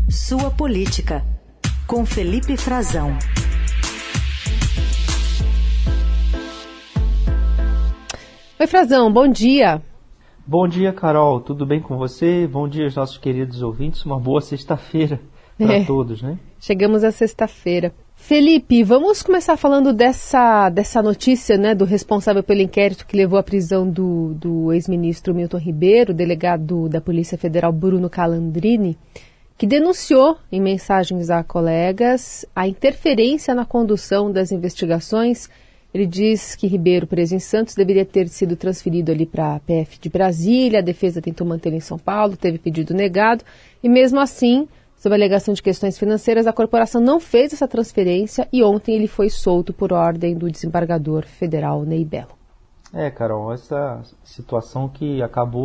Sua Política, com Felipe Frazão. Oi, Frazão, bom dia. Bom dia, Carol. Tudo bem com você? Bom dia aos nossos queridos ouvintes. Uma boa sexta-feira para todos, né? Chegamos à sexta-feira. Felipe, vamos começar falando dessa notícia, né, do responsável pelo inquérito que levou à prisão do ex-ministro Milton Ribeiro, delegado da Polícia Federal Bruno Calandrini, que denunciou em mensagens a colegas a interferência na condução das investigações. Ele diz que Ribeiro, preso em Santos, deveria ter sido transferido ali para a PF de Brasília. A defesa tentou mantê-lo em São Paulo, teve pedido negado. E mesmo assim, sob a alegação de questões financeiras, a corporação não fez essa transferência e ontem ele foi solto por ordem do desembargador federal Ney Bello. Carol, essa situação que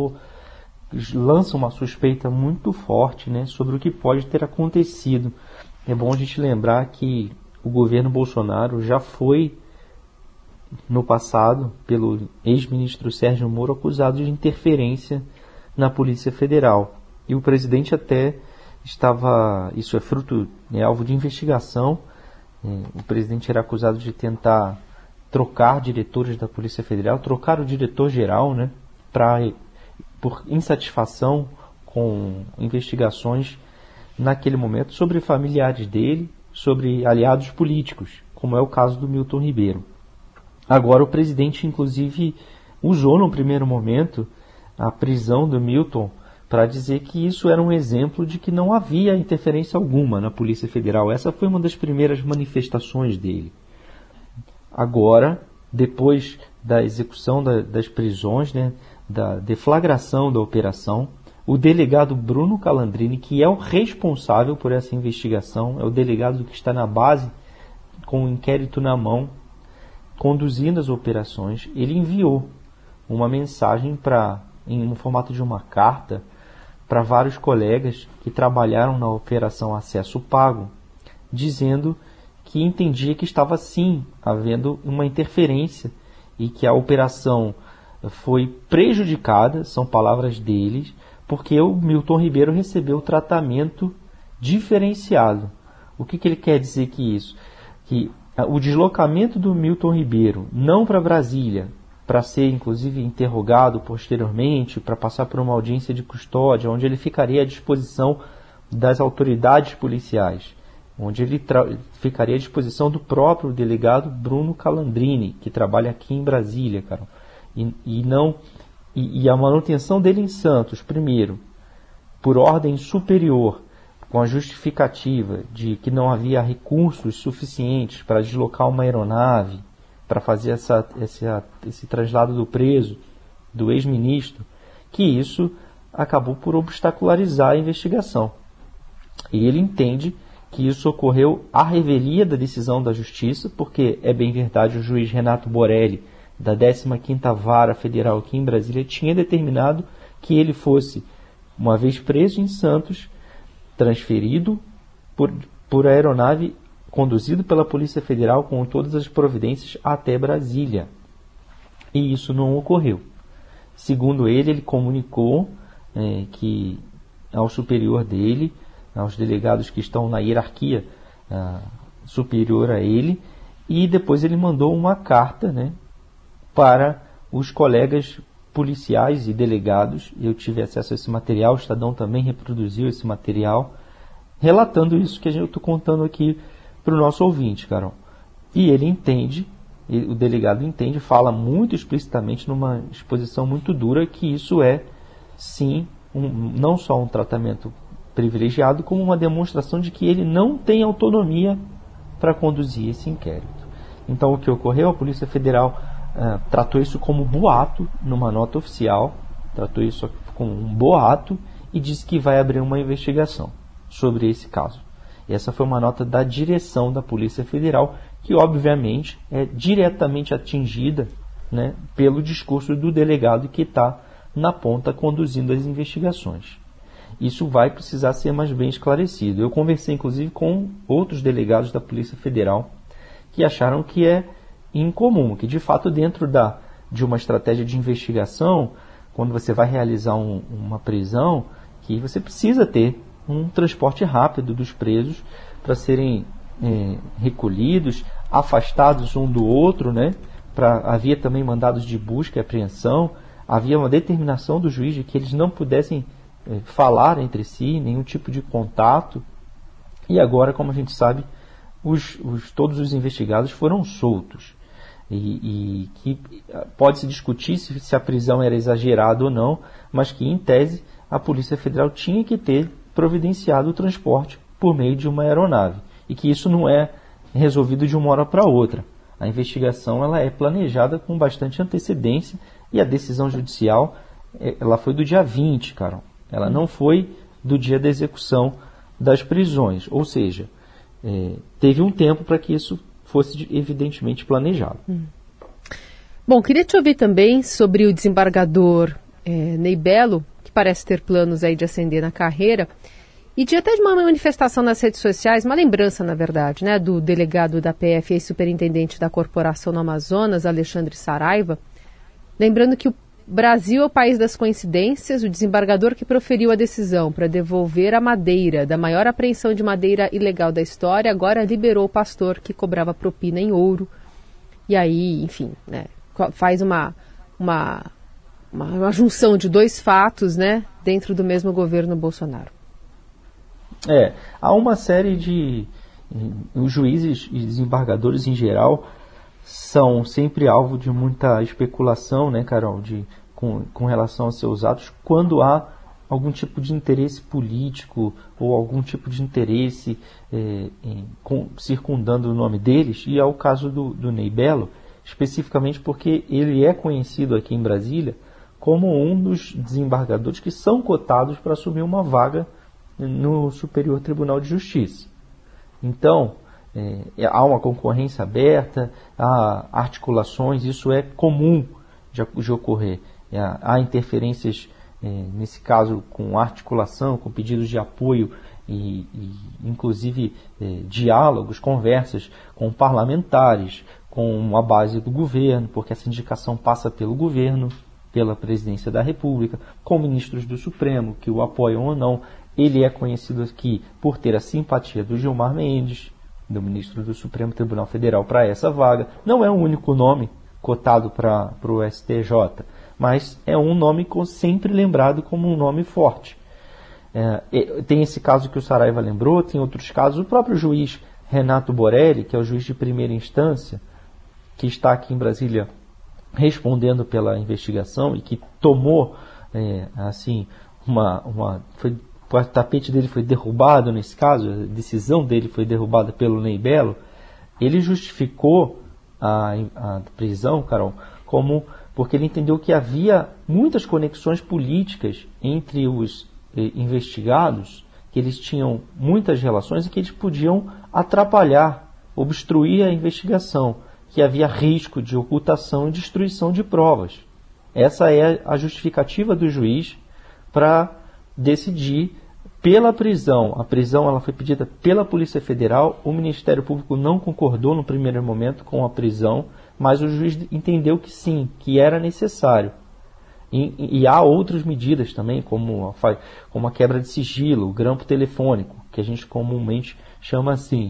lança uma suspeita muito forte, né, sobre o que pode ter acontecido. É bom a gente lembrar que o governo Bolsonaro já foi, no passado, pelo ex-ministro Sérgio Moro, acusado de interferência na Polícia Federal. E o presidente até isso é fruto, alvo de investigação. O presidente era acusado de tentar trocar diretores da Polícia Federal, trocar o diretor-geral, né, por insatisfação com investigações naquele momento sobre familiares dele, sobre aliados políticos, como é o caso do Milton Ribeiro. Agora o presidente, inclusive, usou no primeiro momento a prisão do Milton para dizer que isso era um exemplo de que não havia interferência alguma na Polícia Federal. Essa foi uma das primeiras manifestações dele. Agora, depois da execução das prisões, né, da deflagração da operação, o delegado Bruno Calandrini, que é o responsável por essa investigação, é o delegado que está na base com o inquérito na mão, conduzindo as operações, ele enviou uma mensagem no formato de uma carta para vários colegas que trabalharam na Operação Acesso Pago, dizendo que entendia que estava sim havendo uma interferência e que a operação foi prejudicada, são palavras deles, porque o Milton Ribeiro recebeu tratamento diferenciado. O que ele quer dizer que isso? Que o deslocamento do Milton Ribeiro, não para Brasília, para ser inclusive interrogado posteriormente, para passar por uma audiência de custódia, onde ele ficaria à disposição das autoridades policiais, onde ele ficaria à disposição do próprio delegado Bruno Calandrini, que trabalha aqui em Brasília, Carol. E a manutenção dele em Santos, primeiro, por ordem superior, com a justificativa de que não havia recursos suficientes para deslocar uma aeronave, para fazer esse traslado do preso, do ex-ministro, que isso acabou por obstacularizar a investigação. E ele entende que isso ocorreu à revelia da decisão da Justiça, porque é bem verdade, o juiz Renato Borelli, da 15ª Vara Federal aqui em Brasília, tinha determinado que ele fosse, uma vez preso em Santos, transferido por aeronave, conduzido pela Polícia Federal com todas as providências até Brasília. E isso não ocorreu. Segundo ele comunicou que ao superior dele, aos delegados que estão na hierarquia superior a ele, e depois ele mandou uma carta, né, para os colegas policiais e delegados. Eu tive acesso a esse material, o Estadão também reproduziu esse material, relatando isso que eu estou contando aqui para o nosso ouvinte, Carol. E ele entende, o delegado entende, fala muito explicitamente numa exposição muito dura que isso é, sim, não só um tratamento privilegiado, como uma demonstração de que ele não tem autonomia para conduzir esse inquérito. Então, o que ocorreu? A Polícia Federal tratou isso como boato numa nota oficial, tratou isso como um boato e disse que vai abrir uma investigação sobre esse caso. E essa foi uma nota da direção da Polícia Federal, que obviamente é diretamente atingida, né, pelo discurso do delegado que está na ponta conduzindo as investigações. Isso vai precisar ser mais bem esclarecido. Eu conversei inclusive com outros delegados da Polícia Federal que acharam que é incomum, que de fato dentro de uma estratégia de investigação, quando você vai realizar uma prisão, que você precisa ter um transporte rápido dos presos para serem recolhidos, afastados um do outro, né? Havia também mandados de busca e apreensão, havia uma determinação do juiz de que eles não pudessem falar entre si, nenhum tipo de contato. E agora, como a gente sabe, todos os investigados foram soltos. E que pode-se discutir se a prisão era exagerada ou não, mas que, em tese, a Polícia Federal tinha que ter providenciado o transporte por meio de uma aeronave. E que isso não é resolvido de uma hora para outra. A investigação ela é planejada com bastante antecedência e a decisão judicial ela foi do dia 20, Carol. Ela não foi do dia da execução das prisões. Ou seja, teve um tempo para que isso fosse evidentemente planejado. Bom, queria te ouvir também sobre o desembargador Ney Bello, que parece ter planos aí de ascender na carreira, e de até de uma manifestação nas redes sociais, uma lembrança, na verdade, né, do delegado da PF e superintendente da corporação no Amazonas, Alexandre Saraiva, lembrando que o Brasil é o país das coincidências. O desembargador que proferiu a decisão para devolver a madeira da maior apreensão de madeira ilegal da história, agora liberou o pastor que cobrava propina em ouro. E aí, enfim, né, faz uma junção de dois fatos, né, dentro do mesmo governo Bolsonaro. Há uma série de... Os juízes e desembargadores em geral são sempre alvo de muita especulação, né, Carol, com relação aos seus atos, quando há algum tipo de interesse político ou algum tipo de interesse circundando o nome deles, e é o caso do Ney Bello, especificamente porque ele é conhecido aqui em Brasília como um dos desembargadores que são cotados para assumir uma vaga no Superior Tribunal de Justiça. Então, há uma concorrência aberta, há articulações, isso é comum de ocorrer. Há interferências, nesse caso, com articulação, com pedidos de apoio e inclusive, diálogos, conversas com parlamentares, com a base do governo, porque essa indicação passa pelo governo, pela presidência da República, com ministros do Supremo, que o apoiam ou não. Ele é conhecido aqui por ter a simpatia do Gilmar Mendes, do ministro do Supremo Tribunal Federal, para essa vaga. Não é o único nome cotado para o STJ, mas é um nome sempre lembrado como um nome forte. Tem esse caso que o Saraiva lembrou, tem outros casos. O próprio juiz Renato Borelli, que é o juiz de primeira instância, que está aqui em Brasília respondendo pela investigação e que tomou, o tapete dele foi derrubado nesse caso, a decisão dele foi derrubada pelo Ney Bello. Ele justificou a prisão, Carol, porque ele entendeu que havia muitas conexões políticas entre os investigados, que eles tinham muitas relações e que eles podiam atrapalhar, obstruir a investigação, que havia risco de ocultação e destruição de provas. Essa é a justificativa do juiz para decidir pela prisão. A prisão ela foi pedida pela Polícia Federal, o Ministério Público não concordou no primeiro momento com a prisão, mas o juiz entendeu que sim, que era necessário. E há outras medidas também, como a quebra de sigilo, o grampo telefônico, que a gente comumente chama assim.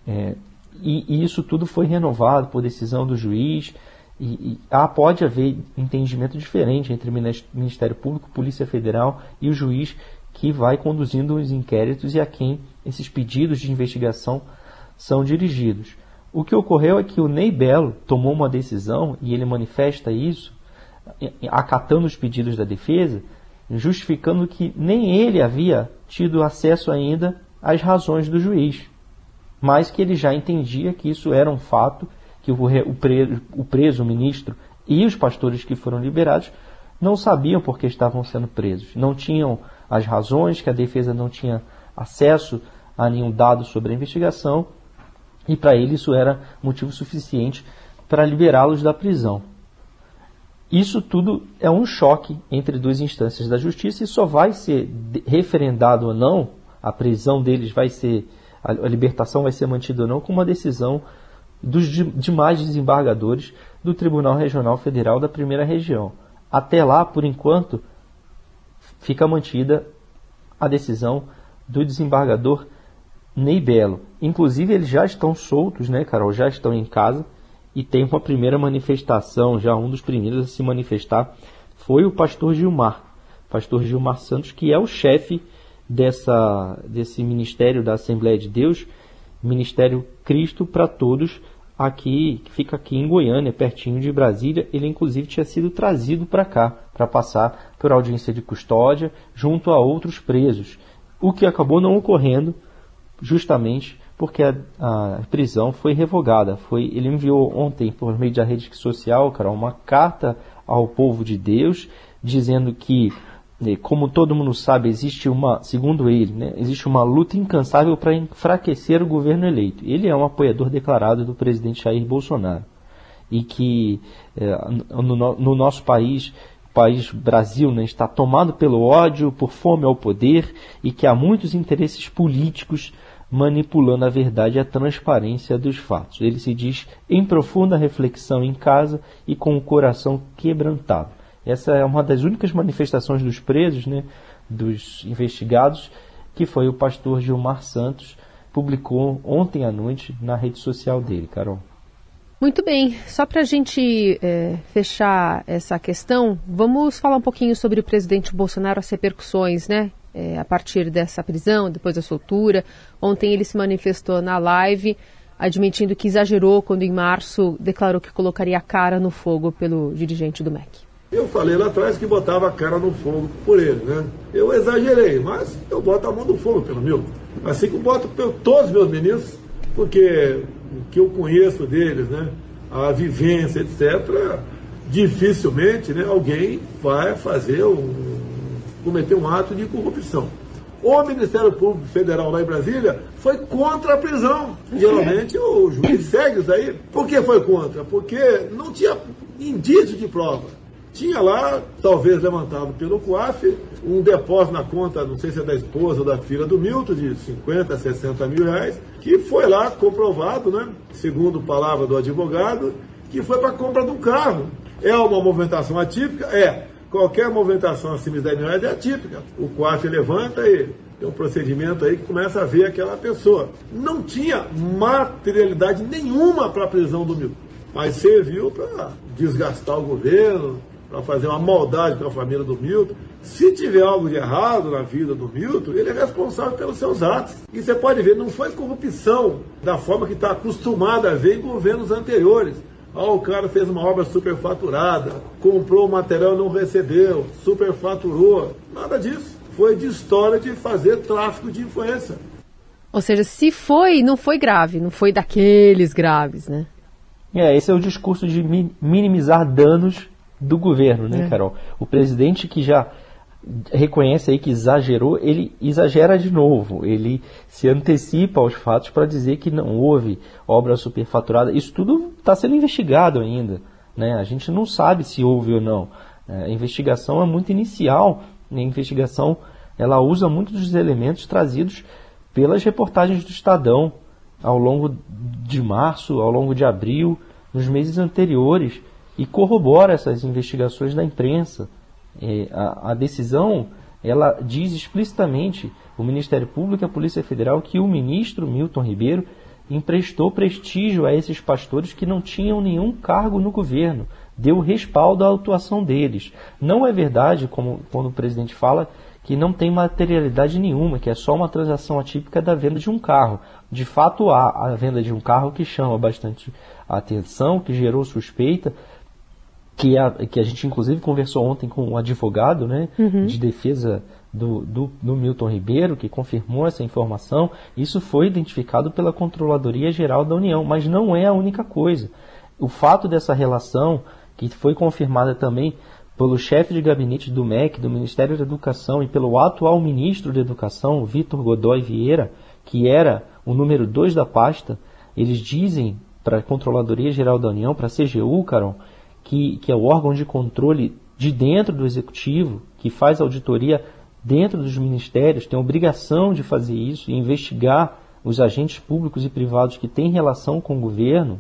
E isso tudo foi renovado por decisão do juiz. Pode haver entendimento diferente entre Ministério Público, Polícia Federal e o juiz que vai conduzindo os inquéritos e a quem esses pedidos de investigação são dirigidos. O que ocorreu é que o Ney Bello tomou uma decisão, e ele manifesta isso, acatando os pedidos da defesa, justificando que nem ele havia tido acesso ainda às razões do juiz, mas que ele já entendia que isso era um fato, que o preso, o ministro e os pastores que foram liberados não sabiam por que estavam sendo presos, não tinham as razões, que a defesa não tinha acesso a nenhum dado sobre a investigação, e para ele isso era motivo suficiente para liberá-los da prisão. Isso tudo é um choque entre duas instâncias da justiça e só vai ser referendado ou não, a prisão deles vai ser, a libertação vai ser mantida ou não, com uma decisão dos demais desembargadores do Tribunal Regional Federal da Primeira Região. Até lá, por enquanto, fica mantida a decisão do desembargador Ney Belo. Inclusive, eles já estão soltos, né, Carol? Já estão em casa e tem uma primeira manifestação, já um dos primeiros a se manifestar foi o pastor Gilmar Santos, que é o chefe desse ministério da Assembleia de Deus, Ministério Cristo para Todos, aqui, que fica aqui em Goiânia, pertinho de Brasília. Ele inclusive tinha sido trazido para cá, para passar por audiência de custódia, junto a outros presos, o que acabou não ocorrendo, justamente porque a prisão foi revogada. Ele enviou ontem, por meio da rede social, Carol, uma carta ao povo de Deus, dizendo que, como todo mundo sabe, segundo ele, né, existe uma luta incansável para enfraquecer o governo eleito. Ele é um apoiador declarado do presidente Jair Bolsonaro. E que no nosso país, o país Brasil, né, está tomado pelo ódio, por fome ao poder, e que há muitos interesses políticos manipulando a verdade e a transparência dos fatos. Ele se diz em profunda reflexão em casa e com o coração quebrantado. Essa é uma das únicas manifestações dos presos, né, dos investigados, que foi o pastor Gilmar Santos, publicou ontem à noite na rede social dele, Carol. Muito bem, só para a gente fechar essa questão, vamos falar um pouquinho sobre o presidente Bolsonaro, as repercussões, né? A partir dessa prisão, depois da soltura. Ontem ele se manifestou na live, admitindo que exagerou quando em março declarou que colocaria a cara no fogo pelo dirigente do MEC. Eu falei lá atrás que botava a cara no fogo por ele, né? Eu exagerei, mas eu boto a mão no fogo pelo Milton. Assim que eu boto por todos os meus ministros, porque o que eu conheço deles, né? A vivência, etc., dificilmente, né, alguém vai cometer um ato de corrupção. O Ministério Público Federal lá em Brasília foi contra a prisão. Geralmente o juiz segue isso aí. Por que foi contra? Porque não tinha indício de prova. Tinha lá, talvez levantado pelo COAF, um depósito na conta, não sei se é da esposa ou da filha do Milton, de 50, 60 mil reais, que foi lá comprovado, né, segundo palavra do advogado, que foi para a compra de um carro. É uma movimentação atípica? É. Qualquer movimentação acima de 10 mil reais é atípica. O COAF levanta e tem um procedimento aí que começa a ver aquela pessoa. Não tinha materialidade nenhuma para a prisão do Milton, mas serviu para desgastar o governo, para fazer uma maldade com a família do Milton. Se tiver algo de errado na vida do Milton, ele é responsável pelos seus atos. E você pode ver, não foi corrupção da forma que está acostumado a ver em governos anteriores. O cara fez uma obra superfaturada, comprou o material e não recebeu, superfaturou. Nada disso. Foi de história de fazer tráfico de influência. Ou seja, se foi, não foi grave, não foi daqueles graves, né? Esse é o discurso de minimizar danos do governo, né, Carol? O presidente que já reconhece aí que exagerou, ele exagera de novo, ele se antecipa aos fatos para dizer que não houve obra superfaturada. Isso tudo está sendo investigado ainda, né? A gente não sabe se houve ou não. A investigação é muito inicial, a investigação ela usa muitos dos elementos trazidos pelas reportagens do Estadão ao longo de março, ao longo de abril, nos meses anteriores, e corrobora essas investigações da imprensa. A decisão, ela diz explicitamente, o Ministério Público e a Polícia Federal, que o ministro Milton Ribeiro emprestou prestígio a esses pastores que não tinham nenhum cargo no governo, deu respaldo à atuação deles. Não é verdade, como quando o presidente fala, que não tem materialidade nenhuma, que é só uma transação atípica da venda de um carro. De fato, há a venda de um carro que chama bastante atenção, que gerou suspeita, que a gente inclusive conversou ontem com um advogado, né, de defesa do Milton Ribeiro, que confirmou essa informação. Isso foi identificado pela Controladoria Geral da União, mas não é a única coisa. O fato dessa relação, que foi confirmada também pelo chefe de gabinete do MEC, do Ministério da Educação, e pelo atual ministro da Educação, Vitor Godoy Vieira, que era o número 2 da pasta, eles dizem para a Controladoria Geral da União, para a CGU, Carol, que é o órgão de controle de dentro do Executivo, que faz auditoria dentro dos ministérios, tem a obrigação de fazer isso e investigar os agentes públicos e privados que têm relação com o governo.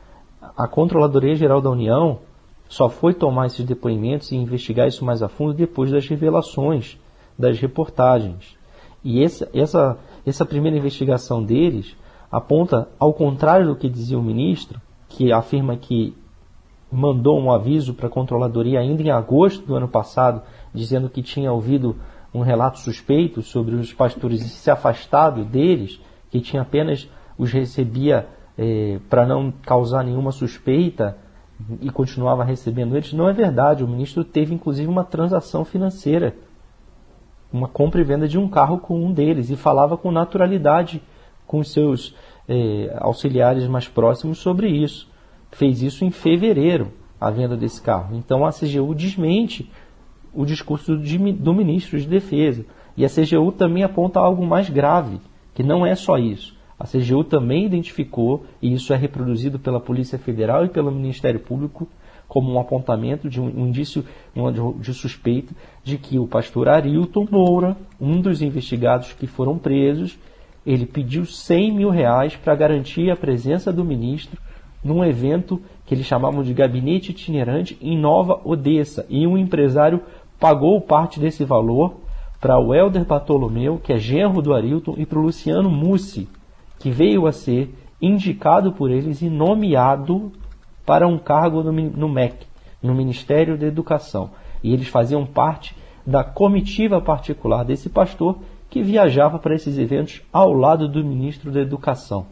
A Controladoria Geral da União só foi tomar esses depoimentos e investigar isso mais a fundo depois das revelações, das reportagens. E essa primeira investigação deles aponta, ao contrário do que dizia o ministro, que afirma que mandou um aviso para a controladoria ainda em agosto do ano passado, dizendo que tinha ouvido um relato suspeito sobre os pastores e se afastado deles, que tinha apenas os recebia para não causar nenhuma suspeita e continuava recebendo eles. Não é verdade. O ministro teve inclusive uma transação financeira, uma compra e venda de um carro com um deles, e falava com naturalidade com os seus auxiliares mais próximos sobre isso. Fez isso em fevereiro, a venda desse carro. Então a CGU desmente o discurso do ministro de Defesa. E a CGU também aponta algo mais grave, que não é só isso. A CGU também identificou, e isso é reproduzido pela Polícia Federal e pelo Ministério Público, como um apontamento de um indício de suspeita de que o pastor Arilton Moura, um dos investigados que foram presos, ele pediu R$100 mil para garantir a presença do ministro num evento que eles chamavam de gabinete itinerante em Nova Odessa. E um empresário pagou parte desse valor para o Helder Bartolomeu, que é genro do Arilton, e para o Luciano Mussi, que veio a ser indicado por eles e nomeado para um cargo no MEC, no Ministério da Educação. E eles faziam parte da comitiva particular desse pastor, que viajava para esses eventos ao lado do ministro da Educação.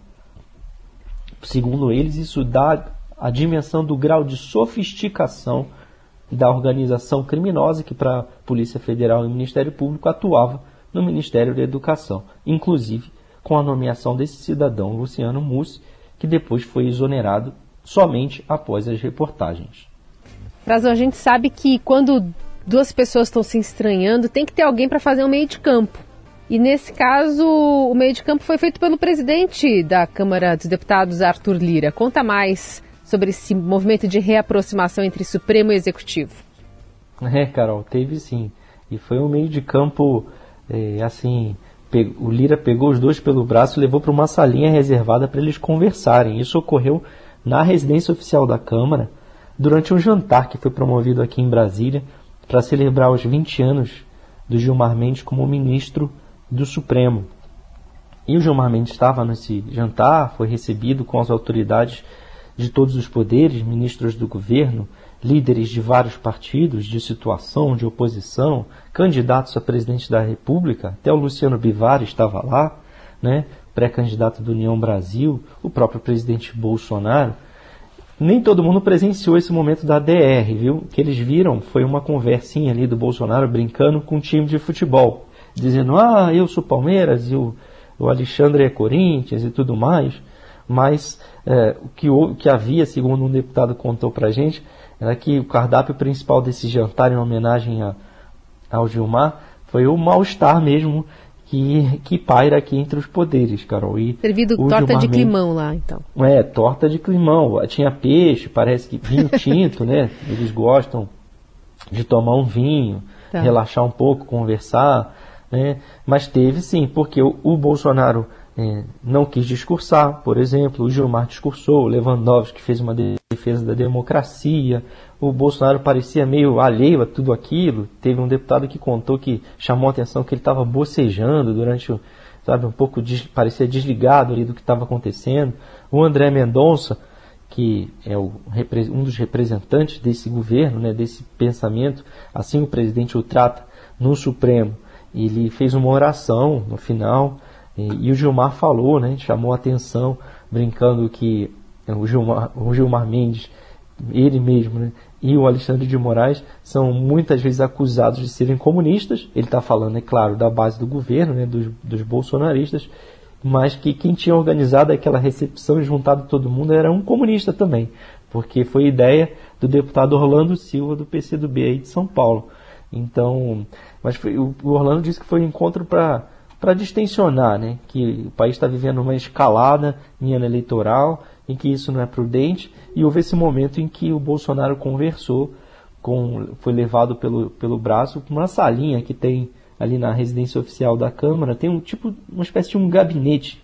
Segundo eles, isso dá a dimensão do grau de sofisticação da organização criminosa que para a Polícia Federal e o Ministério Público atuava no Ministério da Educação, inclusive com a nomeação desse cidadão, Luciano Mussi, que depois foi exonerado somente após as reportagens. Frazão, a gente sabe que quando duas pessoas estão se estranhando, tem que ter alguém para fazer um meio de campo. E nesse caso, o meio de campo foi feito pelo presidente da Câmara dos Deputados, Arthur Lira. Conta mais sobre esse movimento de reaproximação entre Supremo e Executivo. Carol, teve sim. E foi um meio de campo, o Lira pegou os dois pelo braço e levou para uma salinha reservada para eles conversarem. Isso ocorreu na residência oficial da Câmara, durante um jantar que foi promovido aqui em Brasília para celebrar os 20 anos do Gilmar Mendes como ministro do Supremo. E o Gilmar Mendes estava nesse jantar, foi recebido com as autoridades de todos os poderes, ministros do governo, líderes de vários partidos, de situação, de oposição, candidatos a presidente da República, até o Luciano Bivar estava lá, né, pré-candidato do União Brasil, o próprio presidente Bolsonaro. Nem todo mundo presenciou esse momento da DR, viu? O que eles viram foi uma conversinha ali do Bolsonaro brincando com um time de futebol, dizendo, eu sou Palmeiras e o Alexandre é Corinthians e tudo mais. Mas o que havia, segundo um deputado contou pra gente, era que o cardápio principal desse jantar em homenagem ao Gilmar foi o mal-estar mesmo que paira aqui entre os poderes, Carol. E servido torta de climão lá, então. Torta de climão. Tinha peixe, parece que vinho tinto, né? Eles gostam de tomar um vinho, relaxar um pouco, conversar, né? Mas teve sim, porque o Bolsonaro não quis discursar, por exemplo, o Gilmar discursou, o Lewandowski fez uma defesa da democracia, o Bolsonaro parecia meio alheio a tudo aquilo. Teve um deputado que contou que chamou a atenção que ele estava bocejando durante, um pouco, parecia desligado ali do que estava acontecendo. O André Mendonça, que é um dos representantes desse governo, né, desse pensamento, assim o presidente o trata no Supremo, ele fez uma oração no final. E o Gilmar falou, né, chamou a atenção, brincando que o Gilmar Mendes, ele mesmo, né, e o Alexandre de Moraes são muitas vezes acusados de serem comunistas. Ele está falando, é claro, da base do governo, né, dos bolsonaristas, mas que quem tinha organizado aquela recepção e juntado todo mundo era um comunista também, porque foi ideia do deputado Orlando Silva, do PCdoB aí de São Paulo. Então, mas o Orlando disse que foi um encontro para distensionar, né, que o país está vivendo uma escalada em ano eleitoral, em que isso não é prudente, e houve esse momento em que o Bolsonaro conversou, foi levado pelo braço para uma salinha que tem ali na residência oficial da Câmara, tem uma espécie de um gabinete,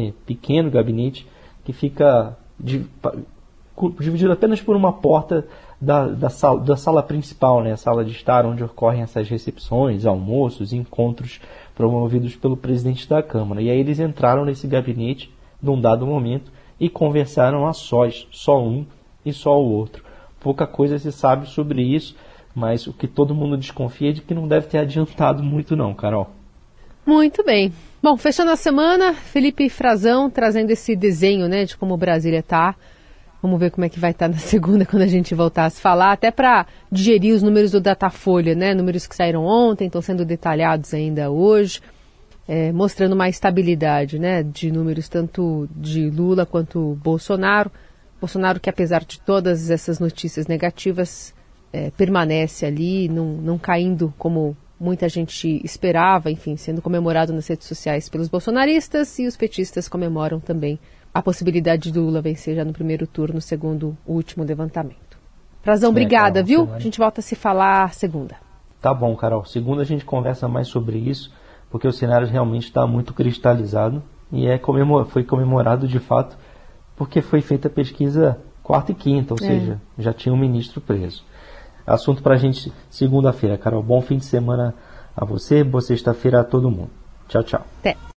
pequeno gabinete, que fica dividido apenas por uma porta da sala principal, né, a sala de estar, onde ocorrem essas recepções, almoços, encontros promovidos pelo presidente da Câmara. E aí eles entraram nesse gabinete num dado momento e conversaram a sós, só um e só o outro. Pouca coisa se sabe sobre isso, mas o que todo mundo desconfia é de que não deve ter adiantado muito não, Carol. Muito bem. Bom, fechando a semana, Felipe Frazão trazendo esse desenho, né, de como Brasília está. Vamos ver como é que vai estar na segunda, quando a gente voltar a se falar, até para digerir os números do Datafolha, né? Números que saíram ontem, estão sendo detalhados ainda hoje, mostrando uma estabilidade, né? De números tanto de Lula quanto Bolsonaro. Bolsonaro que, apesar de todas essas notícias negativas, permanece ali, não caindo como muita gente esperava, enfim, sendo comemorado nas redes sociais pelos bolsonaristas, e os petistas comemoram também a possibilidade do Lula vencer já no primeiro turno, segundo o último levantamento. Frazão, obrigada, Carol, viu? A gente volta a se falar segunda. Tá bom, Carol. Segunda a gente conversa mais sobre isso, porque o cenário realmente está muito cristalizado e foi comemorado de fato, porque foi feita a pesquisa quarta e quinta, ou seja, já tinha um ministro preso. Assunto para a gente segunda-feira, Carol. Bom fim de semana a você, boa sexta-feira a todo mundo. Tchau, tchau. Até.